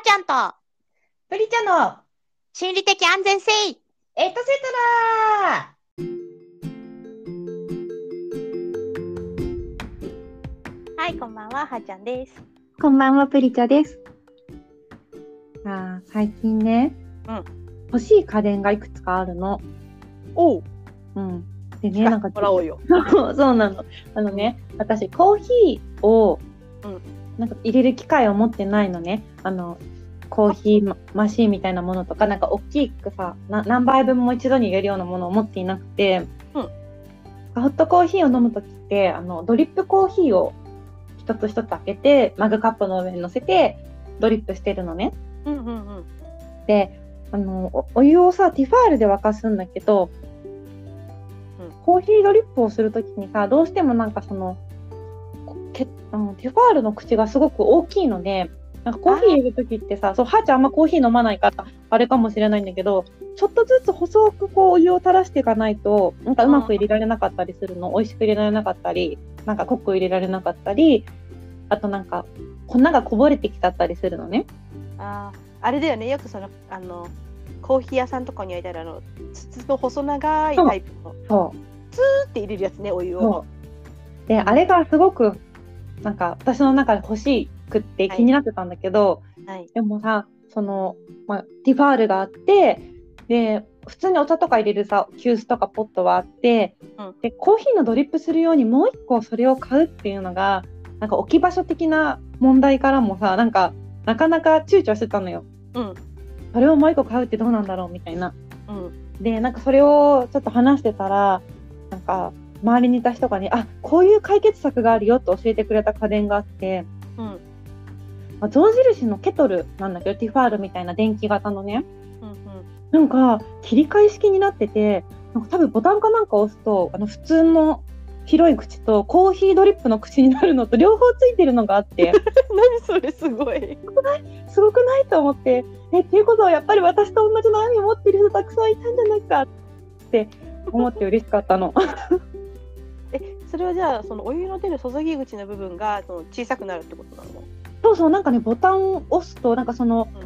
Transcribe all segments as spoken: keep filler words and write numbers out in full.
ちゃんとプリちゃんの心理的安全性エトセトラ。 はい、こんばんは、はーちゃんです。 こんばんは、プリチャです。あー最近ね、 うん、 欲しい家電がいくつかあるの。 おう、 うん。でね、なんかもらおうよ。 そうそうなの。あのね、私コーヒーを、うん、なんか入れる機械を持ってないのね。あのコーヒー マ, マシーンみたいなものとか、なんか大きくさ、な何杯分も一度に入れるようなものを持っていなくて、うん、ホットコーヒーを飲むときってあのドリップコーヒーを一つ一つ開けてマグカップの上に乗せてドリップしてるのね。うんうんうん、であの お, お湯をさティファールで沸かすんだけど、うん、コーヒードリップをするときにさどうしてもなんかそのけあのティファールの口がすごく大きいので、なんかコーヒー入れるときってさ、そうはーちゃんあんまコーヒー飲まないからあれかもしれないんだけど、ちょっとずつ細くこうお湯を垂らしていかないとなんかうまく入れられなかったりするの、美味しく入れられなかったり、なんか濃く入れられなかったり、あとなんか粉がこぼれてきちゃったりするのね。 ああれだよね、よくそのあのコーヒー屋さんとかに置いてあるあの筒の細長いタイプのそうツーって入れるやつね、お湯を。 で、あれがすごくなんか私の中で欲しくって気になってたんだけど、はいはい、でもさその、まあ、ティファールがあって、で普通にお茶とか入れるさ急須とかポットはあって、うん、でコーヒーのドリップするようにもう一個それを買うっていうのがなんか置き場所的な問題からもさなんかなかなか躊躇してたのよ、うん、それをもう一個買うってどうなんだろうみたいな、うん、でなんかそれをちょっと話してたらなんか周りにいた人がね、あ、こういう解決策があるよと教えてくれた家電があって、うんまあ、象印のケトルなんだけどティファールみたいな電気型のね、うんうん、なんか切り替え式になってて、なんか多分ボタンかなんか押すとあの普通の広い口とコーヒードリップの口になるのと両方ついてるのがあって何それすごいすごくない？すごくないと思って、えっていうことはやっぱり私と同じ悩みを持ってる人たくさんいたんじゃないかって思って嬉しかったのえ、それはじゃあそのお湯の出る注ぎ口の部分がその小さくなるってことなの？ そうそう、なんかねボタンを押すとなんかその、うん、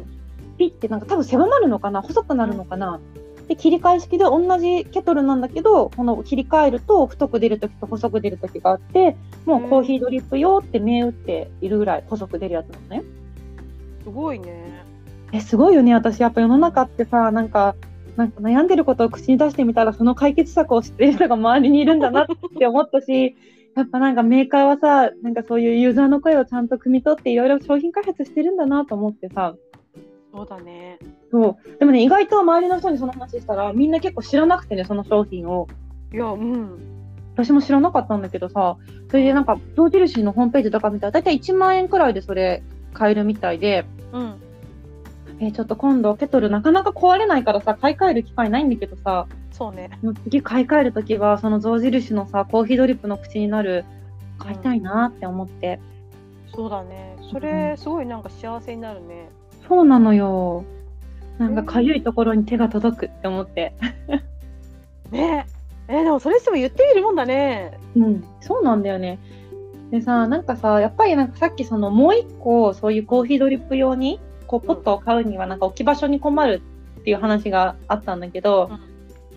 ピッてなんか多分狭まるのかな、細くなるのかな、うん、で切り替え式で同じケトルなんだけどこの切り替えると太く出るときと細く出るときがあって、もうコーヒードリップ用って銘打っているぐらい細く出るやつなのね。 すごいね。 えすごいよね。私やっぱ世の中ってさなんかなんか悩んでることを口に出してみたらその解決策を知っている人が周りにいるんだなって思ったしやっぱなんかメーカーはさなんかそういうユーザーの声をちゃんと汲み取っていろいろ商品開発してるんだなと思ってさ。 そうだね。 そうでもね意外と周りの人にその話したらみんな結構知らなくてね、その商品を。 いやうん私も知らなかったんだけどさ、それでなんか象印のホームページとか見たらだいたいいちまんえんくらいでそれ買えるみたいで、うんえー、ちょっと今度ケトルなかなか壊れないからさ買い替える機会ないんだけどさ、 そうね、 次買い替えるときはその象印のさコーヒードリップの口になる買いたいなって思って、 うん、そうだね、それすごいなんか幸せになるね、 うん、そうなのよ。なんかかゆいところに手が届くって思ってねえー、でもそれしても言ってみるもんだね。 うんそうなんだよね。でさなんかさやっぱりなんかさっきそのもう一個そういうコーヒードリップ用にこうポットを買うにはなんか置き場所に困るっていう話があったんだけど、うん、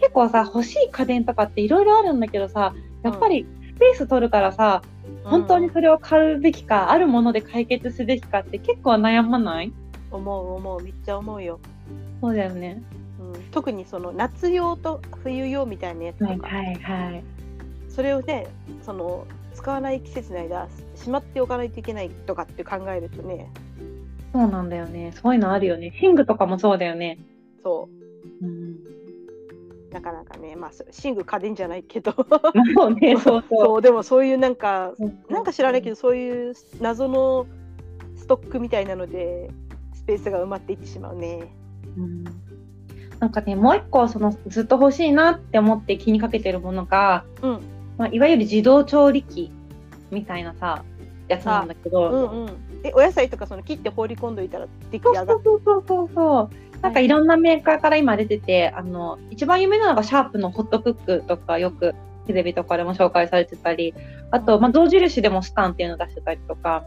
結構さ欲しい家電とかっていろいろあるんだけどさやっぱりスペース取るからさ、うん、本当にそれを買うべきか、あるもので解決すべきかって結構悩まない？ 思う思う、めっちゃ思うよ。 そうだよね、 うん、特にその夏用と冬用みたいなやつとか、 はいはいはい、 それをねその使わない季節の間しまっておかないといけないとかって考えるとね。 そうなんだよね。そういうのあるよね。寝具とかもそうだよね。 そう、うん、なかなかね、まあ寝具家電じゃないけどそうね、そうそうそうでもそういうなんか、うん、なんか知らないけどそういう謎のストックみたいなのでスペースが埋まっていってしまうね。 うん、なんかねもう一個そのずっと欲しいなって思って気にかけてるものが、うんまあ、いわゆる自動調理器みたいなさやつなんだけど、うんうん、 えお野菜とかその切って放り込んどいたら出来上がる。 そうそうそうそうそうなんかいろんなメーカーから今出てて、あの一番有名なのがシャープのホットクックとかよくテレビとかでも紹介されてたり、あと、まあ、象印でもスタンっていうのを出してたりとか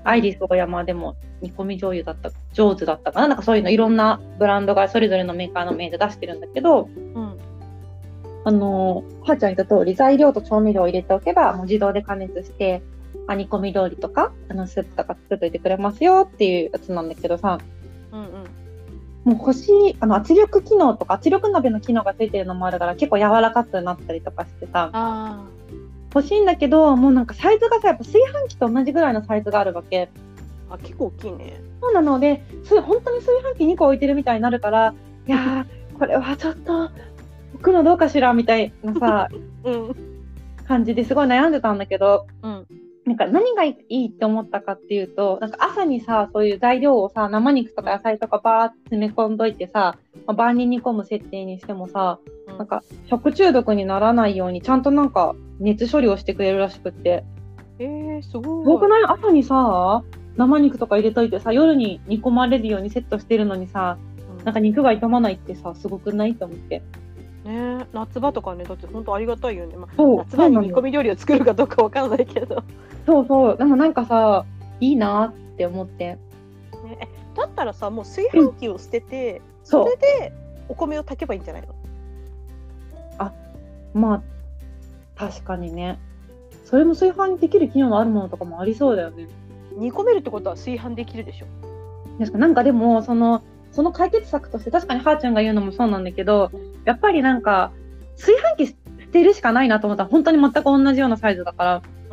アイリスオーヤマでも煮込み醤油だった上手だったかな、なんかそういうのいろんなブランドがそれぞれのメーカーの名で出してるんだけど、うん、あのはーちゃん言った通り材料と調味料を入れておけばもう自動で加熱してあ煮込み料理とかあのスープとか作っといてくれますよっていうやつなんだけどさ、うんうん、もう欲しいあの圧力機能とか圧力鍋の機能がついてるのもあるから結構柔らかくなったりとかしてさ、あ欲しいんだけどもうなんかサイズがさやっぱ炊飯器と同じぐらいのサイズがあるわけ。 あ結構大きいね。 そうなので本当に炊飯器にこ置いてるみたいになるからいやーこれはちょっと置くのどうかしらみたいなさ、うん、感じですごい悩んでたんだけど、うん、なんか何がいいって思ったかっていうとなんか朝にさそういう材料をさ生肉とか野菜とかバーって詰め込んどいてさ、まあ、晩に煮込む設定にしてもさ、うん、なんか食中毒にならないようにちゃんとなんか熱処理をしてくれるらしくって、 えー、すごい。 すごくない？朝にさ生肉とか入れといてさ夜に煮込まれるようにセットしてるのにさ、うん、なんか肉が傷まないってさすごくないと思って。 ね、夏場とかねだって本当ありがたいよね、まあ、夏場に煮込み料理を作るかどうかわかんないけどそうそうでもなんかさいいなって思って、ね、 えだったらさもう炊飯器を捨てて、うん、それでお米を炊けばいいんじゃないの？ あまあ確かにねそれも炊飯できる機能のあるものとかもありそうだよね。 煮込めるってことは炊飯できるでしょ。 確かなんかでもそのその解決策として確かにはーちゃんが言うのもそうなんだけどやっぱりなんか炊飯器捨てるしかないなと思ったら本当に全く同じようなサイズだから、うん、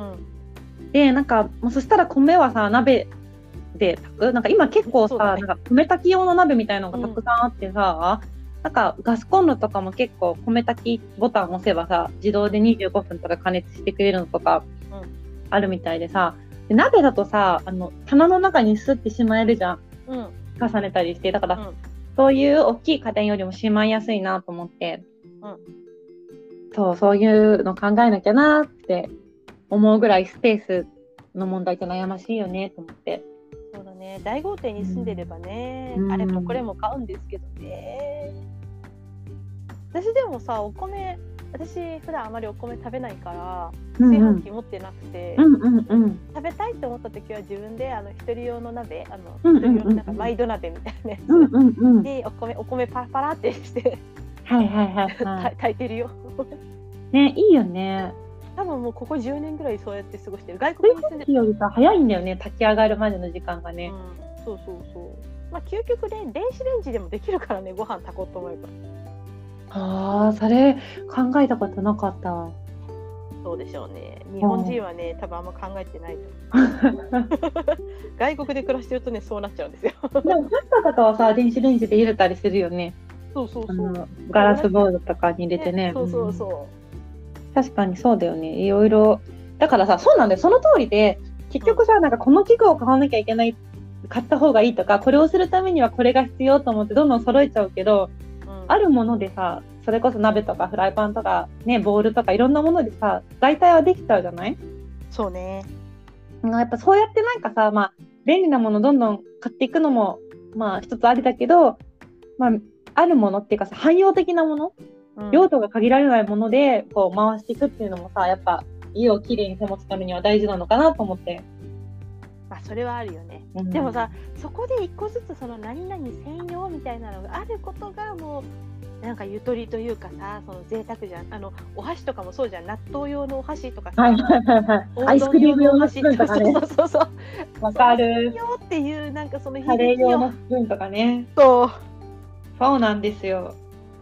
でなんかもうそしたら米はさ鍋で炊くなんか今結構さ、ね、なんか米炊き用の鍋みたいなのがたくさんあってさ、うん、なんかガスコンロとかも結構米炊きボタンを押せばさ自動でにじゅうごふんとか加熱してくれるのとかあるみたいでさで鍋だとさあの棚の中にスッてしまえるじゃん、うん重ねたりしてだから、うん、そういう大きい家電よりもしまいやすいなと思って、うん、そうそういうの考えなきゃなって思うぐらいスペースの問題って悩ましいよねと思って。 そうだね大豪邸に住んでればね、うん、あれもこれも買うんですけどね。私でもさお米私普段あまりお米食べないから炊飯器持ってなくて、うんうんうん、食べたいと思った時は自分であの一人用の鍋あの、うんうんうん、一人用のなんかマイド鍋みたいなやつ、うんうんうん、でお米お米パラパラってしてはいはいはい、はい、 炊いてるよねいいよね。 多分もうここじゅうねんぐらいそうやって過ごしてる。外国に住んでるよりさ早いんだよね炊き上がるまでの時間がね、 うん、そうそうそう。まあ究極で電子レンジでもできるからねご飯炊こうと思えば。 ああ、それ考えたことなかったわ。 そうでしょうね。日本人はね、多分あんま考えてないと思う。外国で暮らしてるとね、そうなっちゃうんですよ。 でもパスタとかはさ、電子レンジで茹でたりするよね。 そうそうそう。あのガラスボウルとかに入れてね。 ねそうそうそう、うん。 確かにそうだよね。いろいろ。だからさ、そうなんだよ。その通りで、結局さ、なんかこの器具を買わなきゃいけない、買った方がいいとか、これをするためにはこれが必要と思ってどんどん揃えちゃうけど、あるものでさそれこそ鍋とかフライパンとか、ね、ボウルとかいろんなものでさ代替はできちゃうじゃない？ そうね。 やっぱそうやってなんかさ、まあ、便利なものどんどん買っていくのも、まあ、一つありだけど、まあ、あるものっていうかさ汎用的なもの、うん、用途が限られないものでこう回していくっていうのもさやっぱ家をきれいに保つためには大事なのかなと思って。 まあ、それはあるよね、うん、でもさそこで一個ずつその何々専用みたいなのがあることがもうなんかゆとりというかさその贅沢じゃん。あのお箸とかもそうじゃん。納豆用のお箸とかさ、はいはいはいはい、アイスクリーム用のスプーンとかね。そうそうそうわかる。 専用っていうなんかそのカレー用のスプーンとかね。 そうそうなんですよ。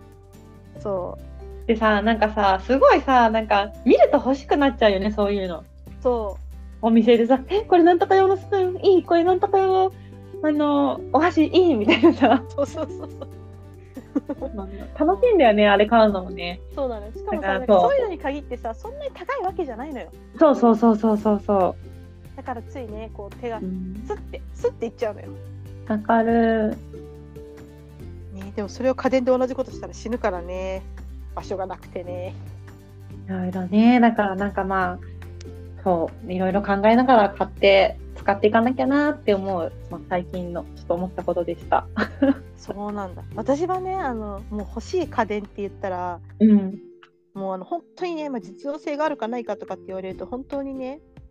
そうでさなんかさすごいさなんか見ると欲しくなっちゃうよねそういうの。 そうお店でさ、え、これなんとか用のスプーンいい、これなんとか用の、あのお箸いいみたいなさ。 そうそうそうそう。 楽しいんだよね、あれ買うのもね。 そうだね。しかもさ、なんかそういうのに限ってさ、そんなに高いわけじゃないのよ。 そうそうそうそうそうそう。 だからついね、こう手がスッて、うん、スッていっちゃうのよ。 わかる。 ね、でもそれを家電で同じことしたら死ぬからね。場所がなくてね。 いろいろね、だからなんかまあ。そういろいろ考えながら買って使っていかなきゃなって思う、まあ、最近のちょっと思ったことでした。 そうなんだ。私はねあのもう欲しい家電って言ったら、うん、もうあの本当にね、まあ、実用性があるかないかとかって言われると本当にね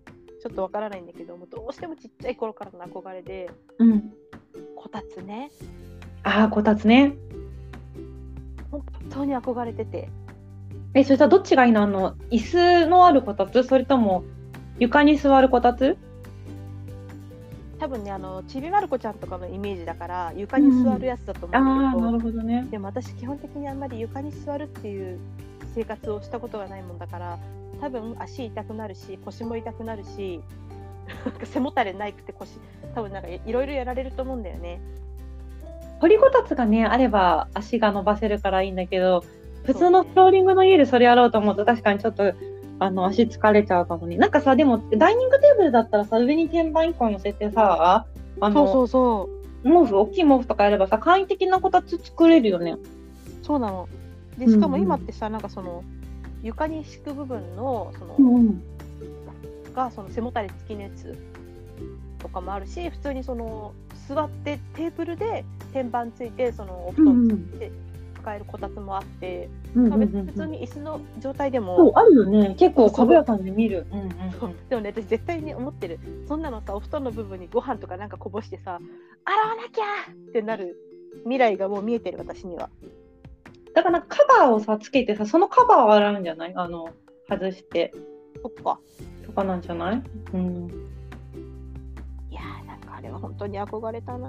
ちょっとわからないんだけども、どうしてもちっちゃい頃からの憧れで、 うん、 こたつね。 ああ、こたつね。 本当に憧れてて。 え、それさ、どっちがいいの？あの椅子のあるこたつ、それとも床に座るこたつ？ 多分ね、あのちびまる子ちゃんとかのイメージだから床に座るやつだと思うんだけど、 ああ、なるほどね。 でも私基本的にあんまり床に座るっていう生活をしたことがないもんだから、多分足痛くなるし腰も痛くなるしなんか背もたれないくて腰多分なんかいろいろやられると思うんだよね。 掘りこたつがねあれば足が伸ばせるからいいんだけど、普通のフローリングの家でそれやろうと思うと確かにちょっとあの足疲れちゃうかもね。なんかさ、でもダイニングテーブルだったらさ、上に天板いっこ乗せてさ、あのそうそうそう毛布、大きい毛布とかやればさ、簡易的なこたつ作れるよね。 そうなの。でしかも今ってさ、なんかその床に敷く部分のその、 うんうん、 がその背もたれ付きのやつとかもあるし、普通にその座ってテーブルで天板ついてそのお布団ついて使えるこたつもあって、うんうんうんうん、普通に椅子の状態でもそうあるよね。結構株屋さんで見る。うんうんうん、 でもね、私絶対に思ってる。そんなのさ、お布団の部分にご飯とかなんかこぼしてさ、洗わなきゃってなる未来がもう見えてる、私には。 だからなんかカバーをさつけてさ、そのカバーを洗うんじゃない？あの外してそっかとかなんじゃない？うん、 いやー、なんかあれは本当に憧れたな。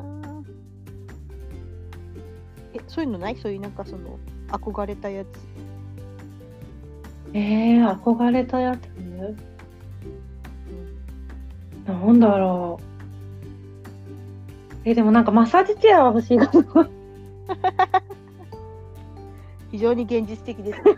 え、そういうのない？そういうなんかその憧れたやつ。 えー、憧れたやつ、うん、なんだろう。え、でもなんかマッサージチェアは欲しいかな。 非常に現実的ですね。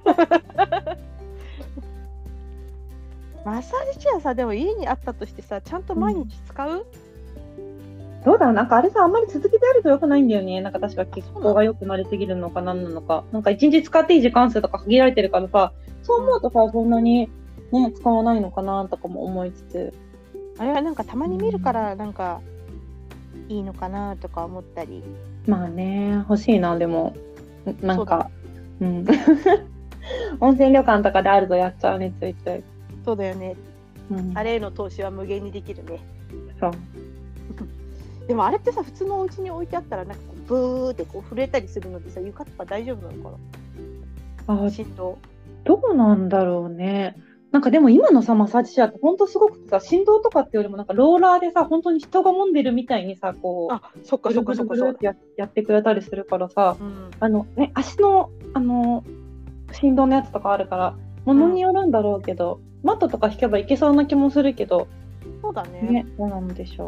マッサージチェアさ、でも家にあったとしてさ、ちゃんと毎日使う？うん、 どうだろう。なんかあれさ、あんまり続けてやると良くないんだよね。なんか確か血行が良くなりすぎるのか何なのか。なんか一日使っていい時間数とか限られてるからさ、そう思うとさ、うん、そんなにね使わないのかなとかも思いつつ、 あれはなんかたまに見るからなんかいいのかなとか思ったり。 まあね、欲しいな。でもなんかう、うん、温泉旅館とかであるとやっちゃうね、ついつい。 そうだよね、 うん、 あれへの投資は無限にできるね。 そうでもあれってさ、普通のお家に置いてあったらなんかこうブーってこう震えたりするのでさ、床とか大丈夫なのかな？ あ、 振動どうなんだろうね。なんかでも今のさマッサージチェアって本当すごくさ、振動とかってよりもなんかローラーでさ、本当に人が揉んでるみたいにさ、こう、 あ、そっかそっかそっかそっかややってくれたりするからさ、うん、あのね、足のあの振動のやつとかあるからものによるんだろうけど、うん、マットとか引けばいけそうな気もするけど、 そうだね。 ね、どうなんでしょう。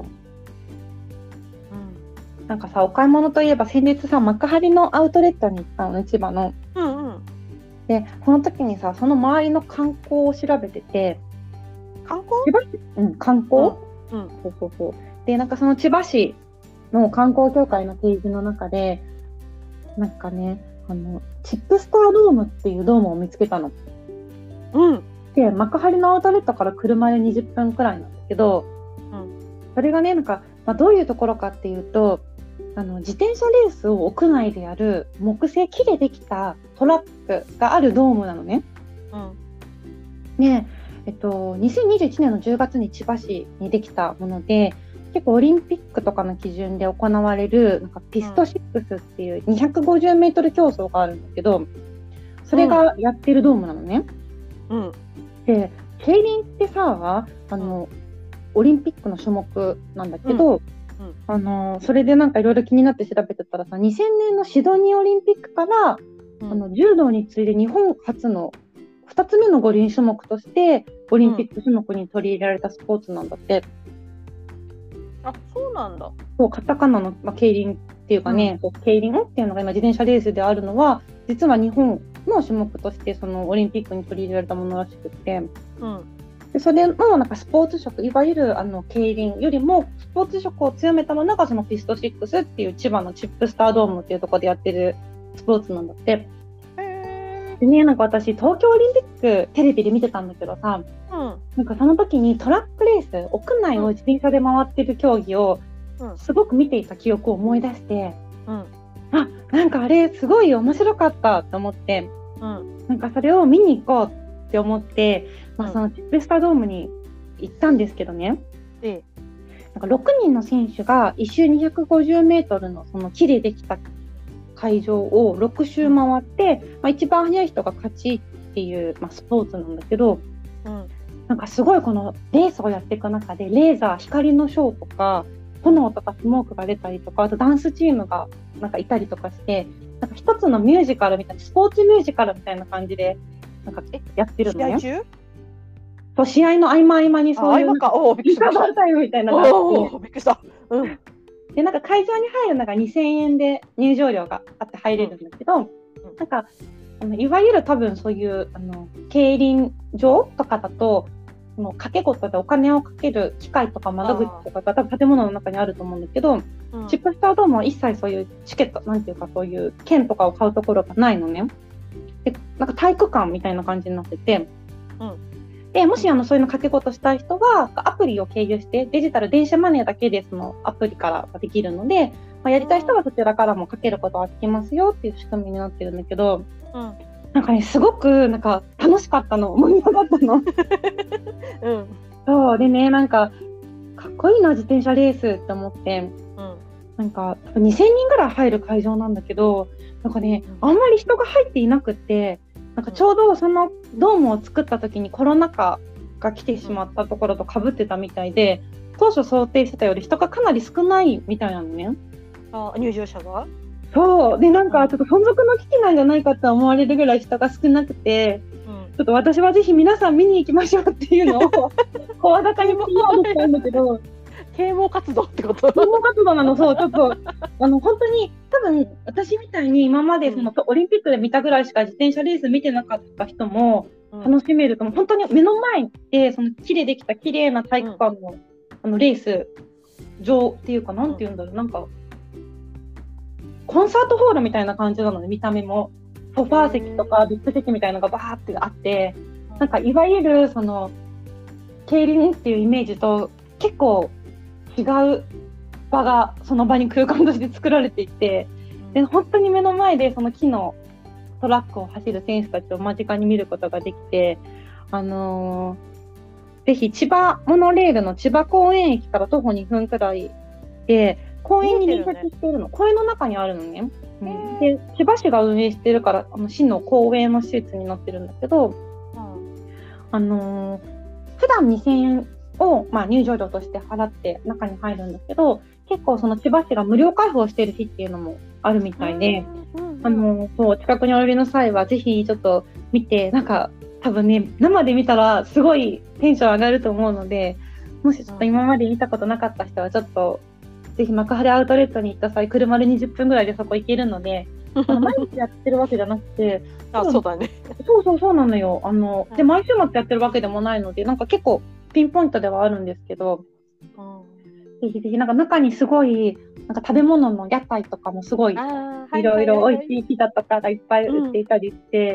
うん、なんかさ、お買い物といえば先日さ、幕張のアウトレットに行ったの、千葉の。 うんうん。 で、その時にさ、その周りの観光を調べてて。 観光？ 千葉市、うん、観光、 うんうん、 そうそうそう。で、なんかその千葉市の観光協会のページの中で、なんかね、あのチップスタードームっていうドームを見つけたの。 うん。 で、幕張のアウトレットから車でにじゅっぷんくらいなんだけど、うん、それがね、なんか、まあ、どういうところかっていうと、あの自転車レースを屋内でやる木製木でできたトラックがあるドームなのね。うん、ねえっと、にせんにじゅういちねんのじゅうがつに千葉市にできたもので、結構オリンピックとかの基準で行われるなんかピストシックスっていうにひゃくごじゅうメートル競争があるんだけど、それがやってるドームなのね。うん、で競輪ってさ、あのオリンピックの種目なんだけど、うんうん、あのそれでなんかいろいろ気になって調べてたらさ、にせんねんのシドニーオリンピックから、うん、あの柔道に次いで日本初のふたつめの五輪種目としてオリンピック種目に取り入れられたスポーツなんだって。 うん、あ、そうなんだ。 そう、カタカナの、まあ、競輪っていうかね、うん、競輪っていうのが今自転車レースであるのは、実は日本の種目としてそのオリンピックに取り入れられたものらしくて、うん、でそれのなんかスポーツ色、いわゆるあの競輪よりもスポーツ色を強めたものがそのピストシックスっていう千葉のチップスタードームっていうところでやってるスポーツなんだって。でね、なんか私東京オリンピックテレビで見てたんだけどさ、うん、なんかその時にトラックレース、屋内を自転車で回ってる競技をすごく見ていた記憶を思い出して、うん、あ、なんかあれすごい面白かったと思って、うん、なんかそれを見に行こうって思って、まあ、そのチップスタードームに行ったんですけどね、 ええ、 なんかろくにんの選手が一周にひゃくごじゅうメートルのその木でできた会場をろく周回って、まあ、一番速い人が勝ちっていう、まあ、スポーツなんだけど、うん、なんかすごいこのレースをやっていく中でレーザー光のショーとか炎とかスモークが出たりとか、あとダンスチームがなんかいたりとかして、なんか一つのミュージカルみたいな、スポーツミュージカルみたいな感じでなんかやってるのね。 試合中？ そう、試合の合間合間にそういうインターバルタイムみたいなのがあって、びっくりした。うん。で、なんか会場に入るのがにせんえんで入場料があって入れるんだけど、うん、なんかあのいわゆる多分そういうあの競輪場とかだと、その掛け事でお金をかける機械とか窓口とかが多分建物の中にあると思うんだけど、うん、チップスタードームは一切そういうチケットなんていうかそういう券とかを買うところがないのね。で、なんか体育館みたいな感じになってて、うん、でもしあのそういうの掛け事したい人はアプリを経由してデジタル電子マネーだけでそのアプリからができるので、まあ、やりたい人はそちらからもかけることができますよっていう仕組みになってるんだけど、うん、なんかねすごくなんか楽しかったの、盛り上がったの。うん、そうでね、なんかかっこいいな自転車レースって思って、うん、なんかにせんにんぐらい入る会場なんだけど、なんかねあんまり人が入っていなくって、なんかちょうどそのドームを作った時にコロナ禍が来てしまったところと被ってたみたいで、当初想定してたより人がかなり少ないみたいなのね。 あ、入場者が？ そうで、なんかちょっと存続の危機なんじゃないかと思われるぐらい人が少なくて、うん、ちょっと私はぜひ皆さん見に行きましょうっていうのを声高に ピーアール したんだけど啓蒙活動ってこと？ 啓蒙活動なの。そう、ちょっとあの本当に多分私みたいに今までその、うん、オリンピックで見たぐらいしか自転車レース見てなかった人も楽しめると思う、うん、本当に目の前でその木でできた綺麗な体育館の、うん、あのレース場っていうかなんていうんだろう、なんかコンサートホールみたいな感じなので、見た目もソファー席とかビップ席みたいなのがバーってあって、なんかいわゆるその競輪っていうイメージと結構違う場がその場に空間として作られていて、で本当に目の前でその木のトラックを走る選手たちを間近に見ることができて、あのー、ぜひ千葉モノレールの千葉公園駅から徒歩にふんくらいで公園に隣接しているの、公園の中にあるのね。うん、で千葉市が運営してるからあの市の公営の施設になってるんだけど、うん、あのー、普段にせんえんを、まあ、入場料として払って中に入るんだけど、結構その千葉市が無料開放してる日っていうのもあるみたいで、うんうん、あのー、そう近くにお寄りの際はぜひちょっと見て、なんか多分ね生で見たらすごいテンション上がると思うので、もしちょっと今まで見たことなかった人はちょっとぜひ幕張アウトレットに行った際、車でにじゅっぷんぐらいでそこ行けるので、あの毎日やってるわけじゃなくてあ、そうだね。 そうそうそうなのよ。あので毎週末やってるわけでもないので、なんか結構ピンポイントではあるんですけど、うん、ぜひぜひなんか中にすごいなんか食べ物の屋台とかもすごいいろいろ美味しいピザとかがいっぱい売っていたりして、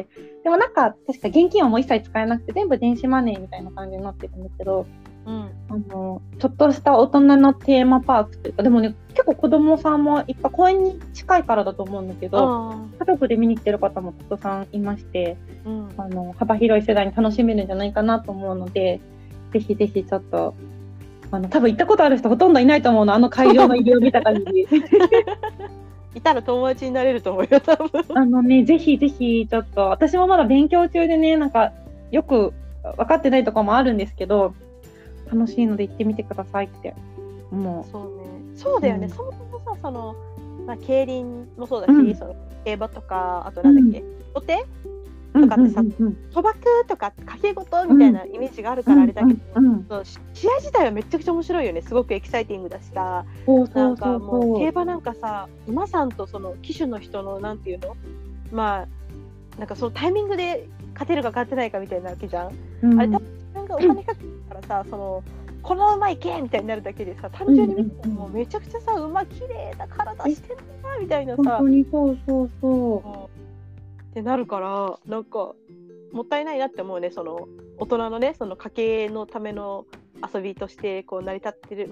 うん、でもなんか確か現金はもう一切使えなくて全部電子マネーみたいな感じになってるんですけど、うん、あのちょっとした大人のテーマパークというか、でもね結構子供さんもいっぱい公園に近いからだと思うんだけど、家族で見に来てる方もたくさんいまして、うん、あの幅広い世代に楽しめるんじゃないかなと思うので、ぜひぜひちょっとあの多分行ったことある人ほとんどいないと思うの、あの会場の入りを見た感じいたら友達になれると思うよ多分。 あのねぜひぜひちょっと、私もまだ勉強中でね、なんかよく分かってないところもあるんですけど、楽しいので行ってみてくださいって思う。 そうね、そうだよね、うん、そもそもさ、その、まあ、競輪もそうだし、うん、その競馬とか、あとなんだっけ、土手、うん、とかってさ、うんうんうん、賭博とか掛け事みたいなイメージがあるからあれだけど、うんうんうん、そう試合自体はめちゃくちゃ面白いよね。すごくエキサイティングだしさ、なんかもう競馬なんかさ、馬さんとその騎手の人のなんていうの、まあなんかそのタイミングで勝てるか勝てないかみたいなわけじゃん、うん、あれ多分自分がお金かけたからさ、そのこの馬いけみたいになるだけでさ、単純に見てもめちゃくちゃさ、馬綺麗な体してるなみたいなさ、 本当にそうそうそうってなるから、なんかもったいないなって思うね。その大人のね、その家計のための遊びとしてこう成り立ってる、まあ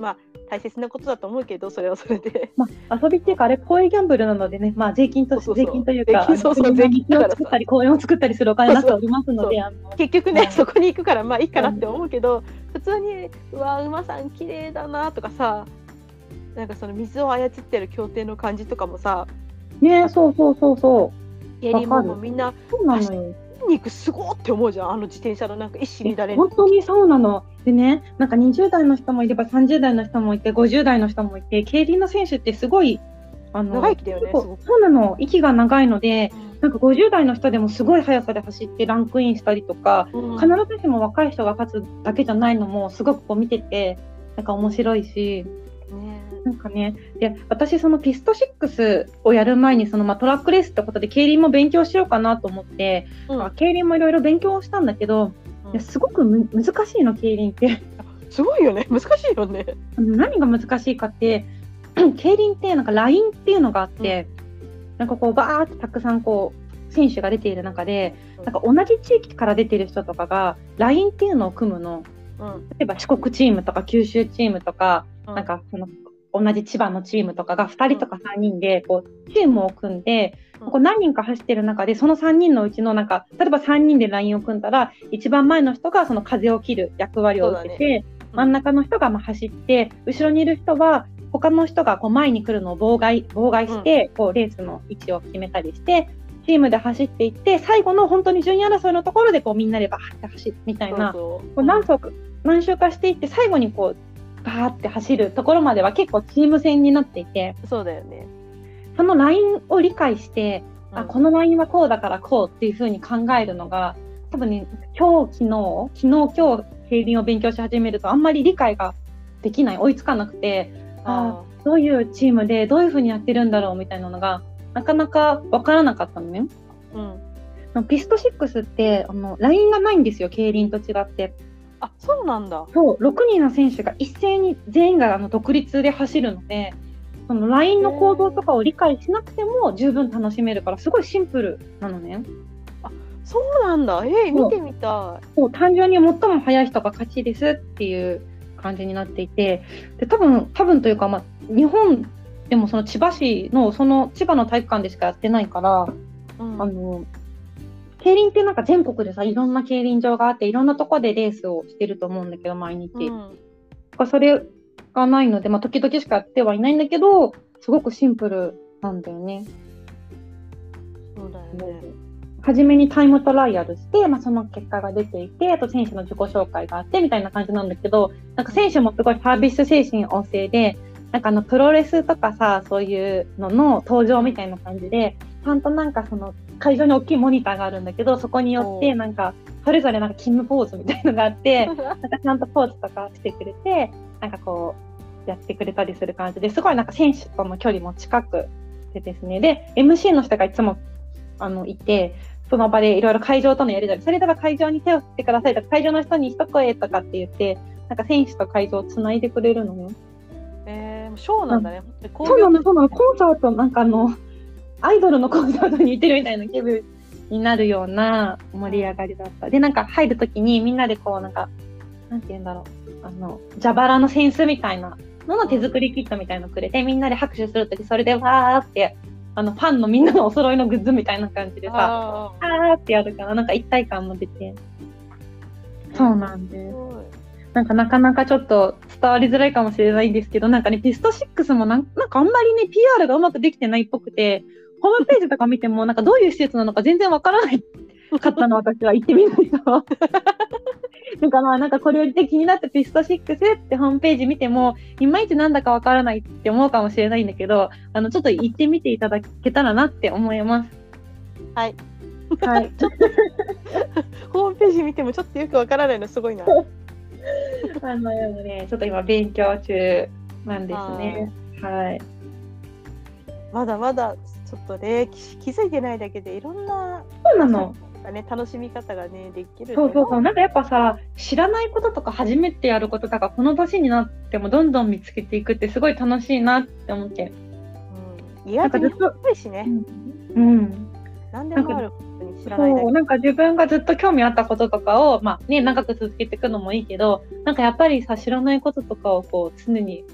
大切なことだと思うけど、それはそれで、 まあ、遊びっていうかあれ公営ギャンブルなのでね、まあ、税金とそうそうそう税金というか税金そうそう税金だ道からさを作ったり公園を作ったりするお金になっておりますので、 そうあの結局ね、 はいそこに行くからまあいいかなって思うけど、普通にうわ馬さん綺麗だなとかさ、なんかその水を操ってる競艇の感じとかもさ、 ね、そうそうそうそ競輪もわかるもうみんなうそうなのよ。 筋肉すごーって思うじゃん、あの自転車のなんか一糸乱れる。 本当にそうなの。でね、なんかにじゅう代の人もいればさんじゅう代の人もいてごじゅう代の人もいて、競輪の選手ってすごいあの長生きだよね、すそうごく。 そうなの、息が長いので、 うんなんかごじゅう代の人でもすごい速さで走ってランクインしたりとか、 うん必ずしも若い人が勝つだけじゃないのもすごくこう見ててなんか面白いし、 ねなんかね、で私そのピストシックスをやる前にその、まあ、トラックレースってことで競輪も勉強しようかなと思って、 うんまあ競輪もいろいろ勉強したんだけど、 うんいやすごくむ難しいの競輪ってすごいよね、難しいよね。 あの何が難しいかって競輪ってなんかラインっていうのがあって、なんかこうバーってたくさんこう選手が出ている中で、 うんなんか同じ地域から出てる人とかがラインっていうのを組むの。 うん例えば四国チームとか九州チームとか、 うんなんかその同じ千葉のチームとかがふたりとかさんにんでこうチームを組んで、 うんこう何人か走ってる中でそのさんにんのうちのなんか例えばさんにんでラインを組んだら一番前の人がその風を切る役割を受けそうだて、真ん中の人がまあ走って後ろにいる人は他の人がこう前に来るのを妨害妨害して、こうレースの位置を決めたりしてチームで走っていって、最後の本当に順位争いのところでこうみんなでバーって走るみたいな、 そうそうこう何走か何周かしていって最後にこうバーって走るところまでは結構チーム戦になっていて、 そうだよね。 そのラインを理解して、 うんあこのラインはこうだからこうっていう風に考えるのが多分ね、今日昨日昨日今日競輪を勉強し始めるとあんまり理解ができない、追いつかなくて、ああどういうチームでどういう風にやってるんだろうみたいなのがなかなか分からなかったのね。 ーうん、 ピストシックスってあのラインがないんですよ、競輪と違って。 あ、そうなんだ。 そうろくにんの選手が一斉に全員があの独立で走るので、そのラインの構造とかを理解しなくても十分楽しめるからすごいシンプルなのね。 そうなんだ。えー、見てみたい。 もう単純に最も速い人が勝ちですっていう感じになっていて、で多分多分というか、まあ、日本でもその千葉市のその千葉の体育館でしかやってないから、 うんあの競輪ってなんか全国でさいろんな競輪場があっていろんなとこでレースをしてると思うんだけど毎日、 うん、 それがないので、まあ、時々しかやってはいないんだけどすごくシンプルなんだよね。 そうだよね。 初めにタイムトライアルして、まあ、その結果が出ていて、あと選手の自己紹介があってみたいな感じなんだけど、なんか選手もすごいサービス精神旺盛で、なんかあのプロレスとかさ、そういうのの登場みたいな感じで、ちゃんとなんかその会場に大きいモニターがあるんだけど、そこによってなんかそれぞれなんかキムポーズみたいのがあってなんかちゃんとポーズとかしてくれて、なんかこうやってくれたりする感じですごいなんか選手との距離も近くてですね、で エムシー の人がいつもあのいて、その場でいろいろ会場とのやり取り、それでは会場に手を振ってくださいとか、会場の人に一声とかって言って、なんか選手と会場をつないでくれるのね。 えー、ショーなんだね。 うん、そうなの、そうなの、コンサート、なんかあの、アイドルのコンサートに行ってるみたいな気分になるような盛り上がりだった。で、なんか入るときにみんなでこう、なんか、なんて言うんだろう、あの、蛇腹の扇子みたいなのの手作りキットみたいのくれて、みんなで拍手するとき、それでわーって、あのファンのみんなのお揃いのグッズみたいな感じでさ、あーってやるから、なんか一体感も出て。そうなんです。なんかなかなかちょっと伝わりづらいかもしれないんですけど、なんかね、ピストシックスもなんなんかあんまりね、ピーアール がうまくできてないっぽくて、ホームページとか見ても、なんかどういう施設なのか全然わからないかったの、私は行ってみないと。なんかまあ、なんかこれで気になってピストシックスってホームページ見ても、いまいちなんだかわからないって思うかもしれないんだけど、あの、ちょっと行ってみていただけたらなって思います。 はい。 はい。 ちょっとホームページ見てもちょっとよくわからないのすごいな。 あの、でもね、ちょっと今勉強中なんですね。はい。 まだまだちょっとね、気づいてないだけでいろんな、 そうなの。 ね、楽しみ方がねできる。 そうそうそう、なんかやっぱさ、知らないこととか初めてやることとかこの年になってもどんどん見つけていくってすごい楽しいなって思って。 うん、意外と日本っぽいしね。 うん。うん、 なんでもあることに知らないだけ。 そう、なんか自分がずっと興味あったこととかをまあね長く続けていくのもいいけど、なんかやっぱりさ知らないこととかをこう常に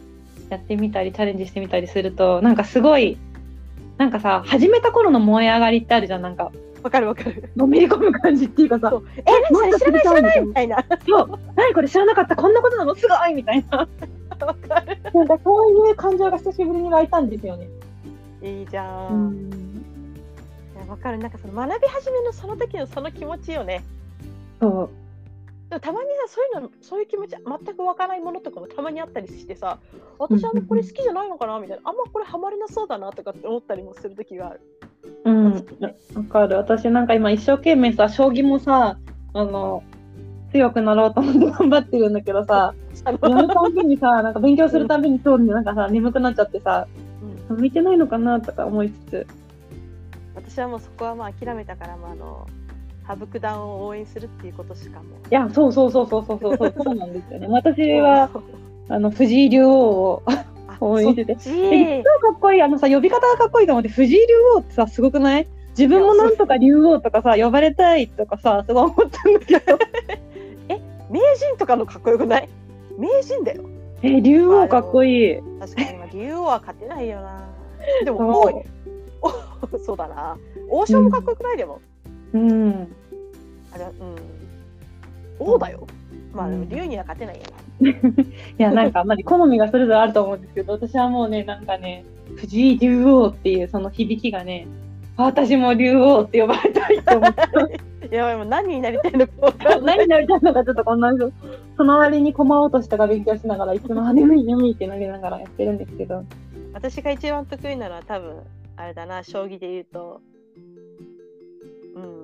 やってみたりチャレンジしてみたりするとなんかすごいなんかさ始めた頃の燃え上がりってあるじゃん。なんかわかるわかる。 のめり込む感じっていうかさ、 え何それ知らない知らないみたいな。 そう何これ知らなかったこんなことなのすごいみたいな。 わかる。 なんかそういう感情が久しぶりに湧いたんですよね。 いいじゃん。 うん、 いやわかる。なんかその学び始めのその時のその気持ちよね。 そうでもたまにさそういうのそういう気持ち全く湧かないものとかもたまにあったりしてさ、私あんまこれ好きじゃないのかなみたいな、あんまこれハマりなそうだなとかって思ったりもする時がある。 うん、わかる。私なんか今一生懸命さ将棋もさあの強くなろうと思って頑張ってるんだけどさやるたんびにさなんか勉強するたびに今日なんかさ眠くなっちゃってさ、うん、向いてないのかなとか思いつつ、 私はもうそこはまあ諦めたから、まあ、あの羽生九段を応援するっていうことしかも。いやそうそうそうそうそうそうそうなんですよね。私はあの藤井竜王を応援してて、え超かっこいい。あのさ呼び方がかっこいいと思って、藤井竜王ってさすごくない？自分もなんとか竜王とかさ呼ばれたいとかさすごい思ったんだけどえ名人とかのかっこよくない？名人だよ。 え竜王かっこいい。 確かに今竜王は勝てないよな。でも多いおそうだな。王将もかっこよくない？でもうんあれうん王だよ。まあでも竜には勝てないよな。 いやなんかあんまり好みがそれぞれあると思うんですけど、私はもうねなんかね藤井竜王っていうその響きがね、私も竜王って呼ばれたいと思っていやばいもう何になりたいのか分かんない。 何になりたいのかちょっとこんなその割に駒落としとか勉強しながらいつも眠い眠いってなりながらやってるんですけど、 私が一番得意なのは多分あれだな、将棋で言うとうん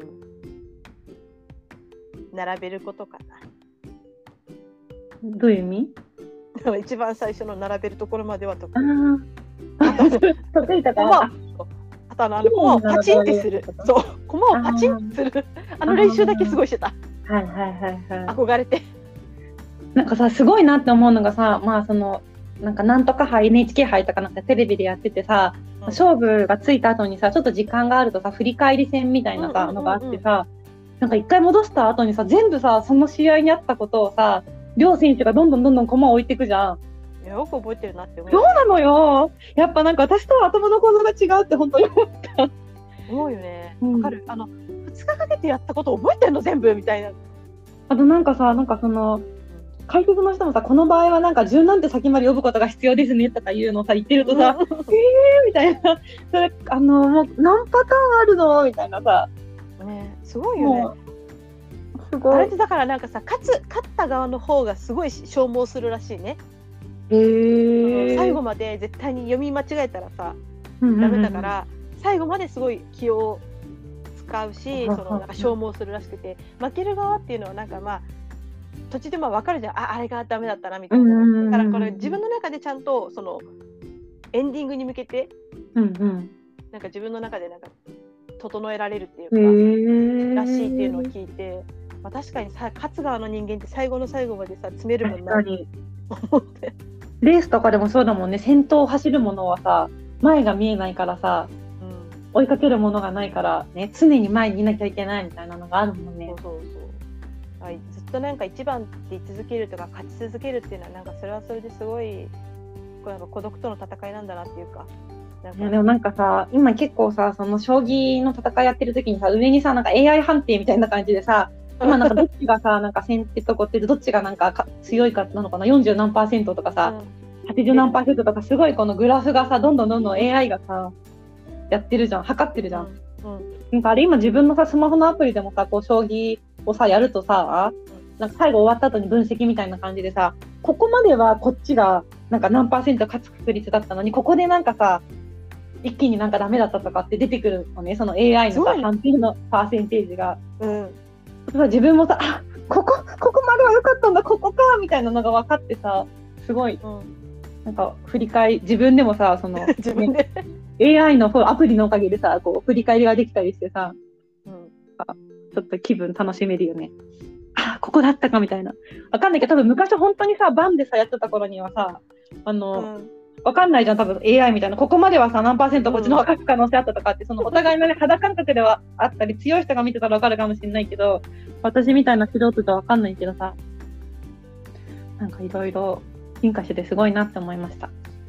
並べることかな。 どういう意味？ 一番最初の並べるところまでは得意。 あ得意だから。 あとあの、あの駒をパチンってする。そう、駒をパチンってする。あの練習だけすごいしてた。 はいはいはいはい。 憧れて。 なんかさ、すごいなって思うのがさ、まあその、なんかなんとか杯、エヌエイチケー 杯とかなんかテレビでやっててさ、うん、勝負がついた後にさ、ちょっと時間があるとさ、振り返り戦みたいなさ、のがあってさ、なんか一回戻した後にさ、全部さ、その試合にあったことをさ、両選手がどんどんどんどん駒を置いていくじゃん。 よく覚えてるなって思う。 そうなのよ。やっぱなんか私とは頭の構造が違うって本当に思った。 思うよね。わかる。うん、あのふつかかけてやったこと覚えてんの全部みたいな。 あとなんかさ、なんかその解説の人もさ、この場合はなんか順なんて先まで呼ぶことが必要ですねとか言うのをさ言ってるとさ、えーみたいな。それあのもう何パターンあるのみたいなさ。 ね、すごいよね。すごい。あれってだからなんかさ、勝つ勝った側の方がすごい消耗するらしいね。 へー。 最後まで絶対に読み間違えたらさ、ダメだから、最後まですごい気を使うし、そのなんか消耗するらしくて、負ける側っていうのはなんかまあ途中でまあ分かるじゃん。あ、あれがダメだったなみたいな。だからこれ自分の中でちゃんとそのエンディングに向けて、 うんうん、 なんか自分の中でなんか整えられるっていうか、らしいっていうのを聞いて、まあ、確かにさ、勝つ側の人間って最後の最後までさ詰めるもんなって思って。 レースとかでもそうだもんね。先頭を走るものはさ、前が見えないからさ、うん、追いかけるものがないからね、常に前にいなきゃいけないみたいなのがあるもんね。 そうそうそう。ずっとなんか一番って言い続けるとか勝ち続けるっていうのはなんかそれはそれですごいなんか孤独との戦いなんだなっていうか。なんかいやでもなんかさ、今結構さ、その将棋の戦いやってる時にさ、上にさなんか エーアイ 判定みたいな感じでさ、今なんかどっちがさなんか先手と後手でどっちがなんかか強いかなのかな、よんじゅうなんパーセントとかさ、うん、はちじゅうなんパーセントとかすごいこのグラフがさどんどんどんどん エーアイ がさやってるじゃん、測ってるじゃん。うんうん、なんかあれ今自分のさスマホのアプリでもさこう将棋をさやるとさ、なんか最後終わった後に分析みたいな感じでさ、ここまではこっちがなんか何パーセント勝つ確率だったのに、ここでなんかさ一気になんかダメだったとかって出てくるのね、その エーアイ のさ判定のパーセンテージが。うん、自分もさ、あ、ここここまでは良かったんだ、ここかみたいなのが分かってさ、すごい、うん、なんか振り返り自分でもさその自分で、ね、エーアイ のアプリのおかげでさこう振り返りができたりしてさ、うん、ちょっと気分楽しめるよね。あ、ここだったかみたいな。わかんないけど多分昔本当にさバンでさやってた頃にはさあの、うん、わかんないじゃん多分 エーアイ みたいな、ここまではさ何パーセントこっちの方が勝つ可能性あったとかって、そのお互いの、ね、肌感覚ではあったり、強い人が見てたらわかるかもしれないけど、私みたいな素人じゃわかんないけどさ、なんかいろいろ進化しててすごいなって思いました。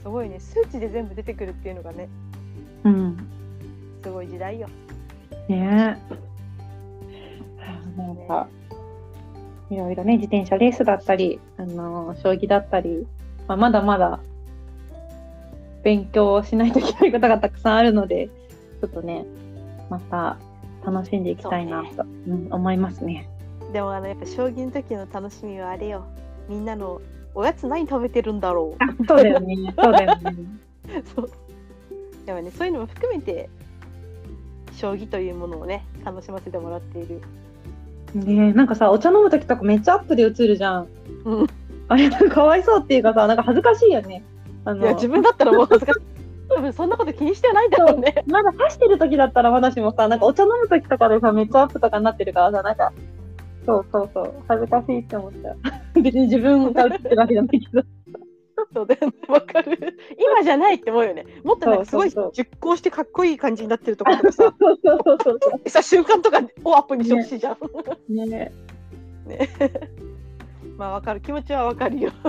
ごいね、数値で全部出てくるっていうのがね、 うん、 すごい時代よ。 ねえ、なんかいろいろね、自転車レースだったり、あのー、将棋だったり、まあ、まだまだ勉強しないといけないことがたくさんあるので、ちょっとね、また楽しんでいきたいなと、ね、うん、思いますね。 でもあのやっぱ将棋の時の楽しみはあれよ、みんなのおやつ何食べてるんだろう。 あ、そうだよね、そうだよね。 そうでもね、そういうのも含めて将棋というものをね、楽しませてもらっている。 ね、なんかさ、お茶飲む時とかめっちゃアップで映るじゃん。 うん、 あれかわいそうっていうかさ、なんか恥ずかしいよね。あのいや自分だったらもう恥ずかしい。多分そんなこと気にしてないだろうね。 まだ走ってる時だったら話もさ、なんかお茶飲む時とかでさ、めっちゃアップとかになってるからさ、なんかそうそうそう、恥ずかしいって思っちゃう。別に自分が映ってるわけじゃないけど。 そうだよね、わかる。今じゃないって思うよね。もっとなんかすごい熟考してかっこいい感じになってるところとかさ、 そうそうそうそうそうさ瞬間とかをアップにしてほしいじゃん。 ね。ね。 ねまあわかる、気持ちはわかるよ。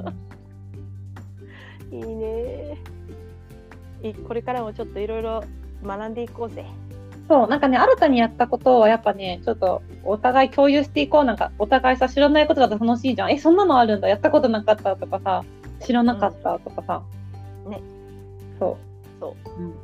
いいね。いこれからもちょっといろいろ学んでいこうぜ。 そう、なんかね、新たにやったことはやっぱね、ちょっとお互い共有していこう。なんかお互いさ、知らないことだと楽しいじゃん。え、そんなのあるんだ、やったことなかったとかさ、知らなかったとかさ、 うん、ね、 そうそう、 うんうんうん、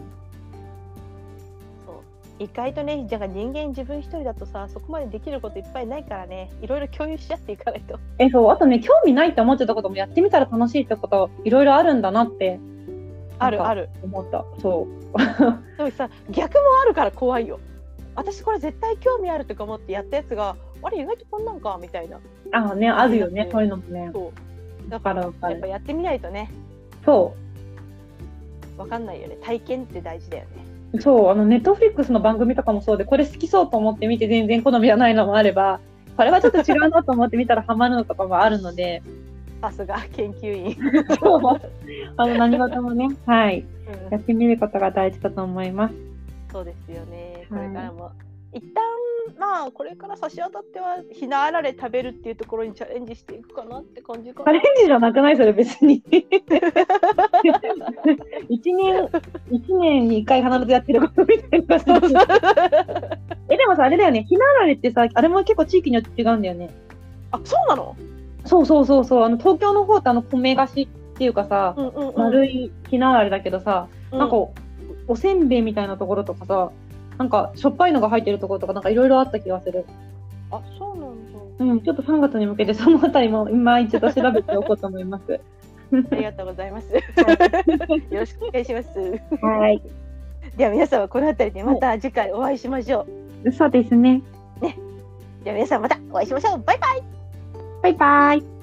そう意外とね、じゃあ人間自分一人だとさ、そこまでできることいっぱいないからね、いろいろ共有し合っていかないと。 え、そう、あとね、興味ないって思ってたこともやってみたら楽しいってこといろいろあるんだなってあるある思った。そうでもさ、逆もあるから怖いよ。私これ絶対興味あるとか思ってやったやつが、あれ意外とこんなんかみたいな。 ああね、あるよね、そういうのもね。 そうだからやっぱやってみないとね、 そうわかんないよね。体験って大事だよね。 そう、あのネットフリックスの番組とかもそうで、これ好きそうと思って見て全然好みじゃないのもあれば、これはちょっと違うなと思って見たらハマるのとかもあるので、 さすが研究員。 そうあの何事もね、はい、 うん、 やってみることが大事だと思います。 そうですよね。これからも、はい、一旦まあこれから差し当たってはひなあられ食べるっていうところにチャレンジしていくかなって感じかな。 チャレンジじゃなくないそれ別に。一年一年に一回必ずやってることみたいな。えでもさあれだよね、ひなあられってさ、あれも結構地域によって違うんだよね。 あ、そうなの？ そうそうそうそう、あの東京の方ってあの米菓子っていうかさ、うんうんうん、丸いひなあられだけどさ、うん、なんか お, おせんべいみたいなところとかさ、なんかしょっぱいのが入ってるところとかなんかいろいろあった気がする。 あ、そうなんだ。 うん、ちょっとさんがつに向けてそのあたりも今一度調べておこうと思います。 ありがとうございます。よろしくお願いします。 はい。 では皆さんはこのあたりでまた次回お会いしましょう。 そうですね。 ね。では皆さんまたお会いしましょう。バイバイ。 バイバイ。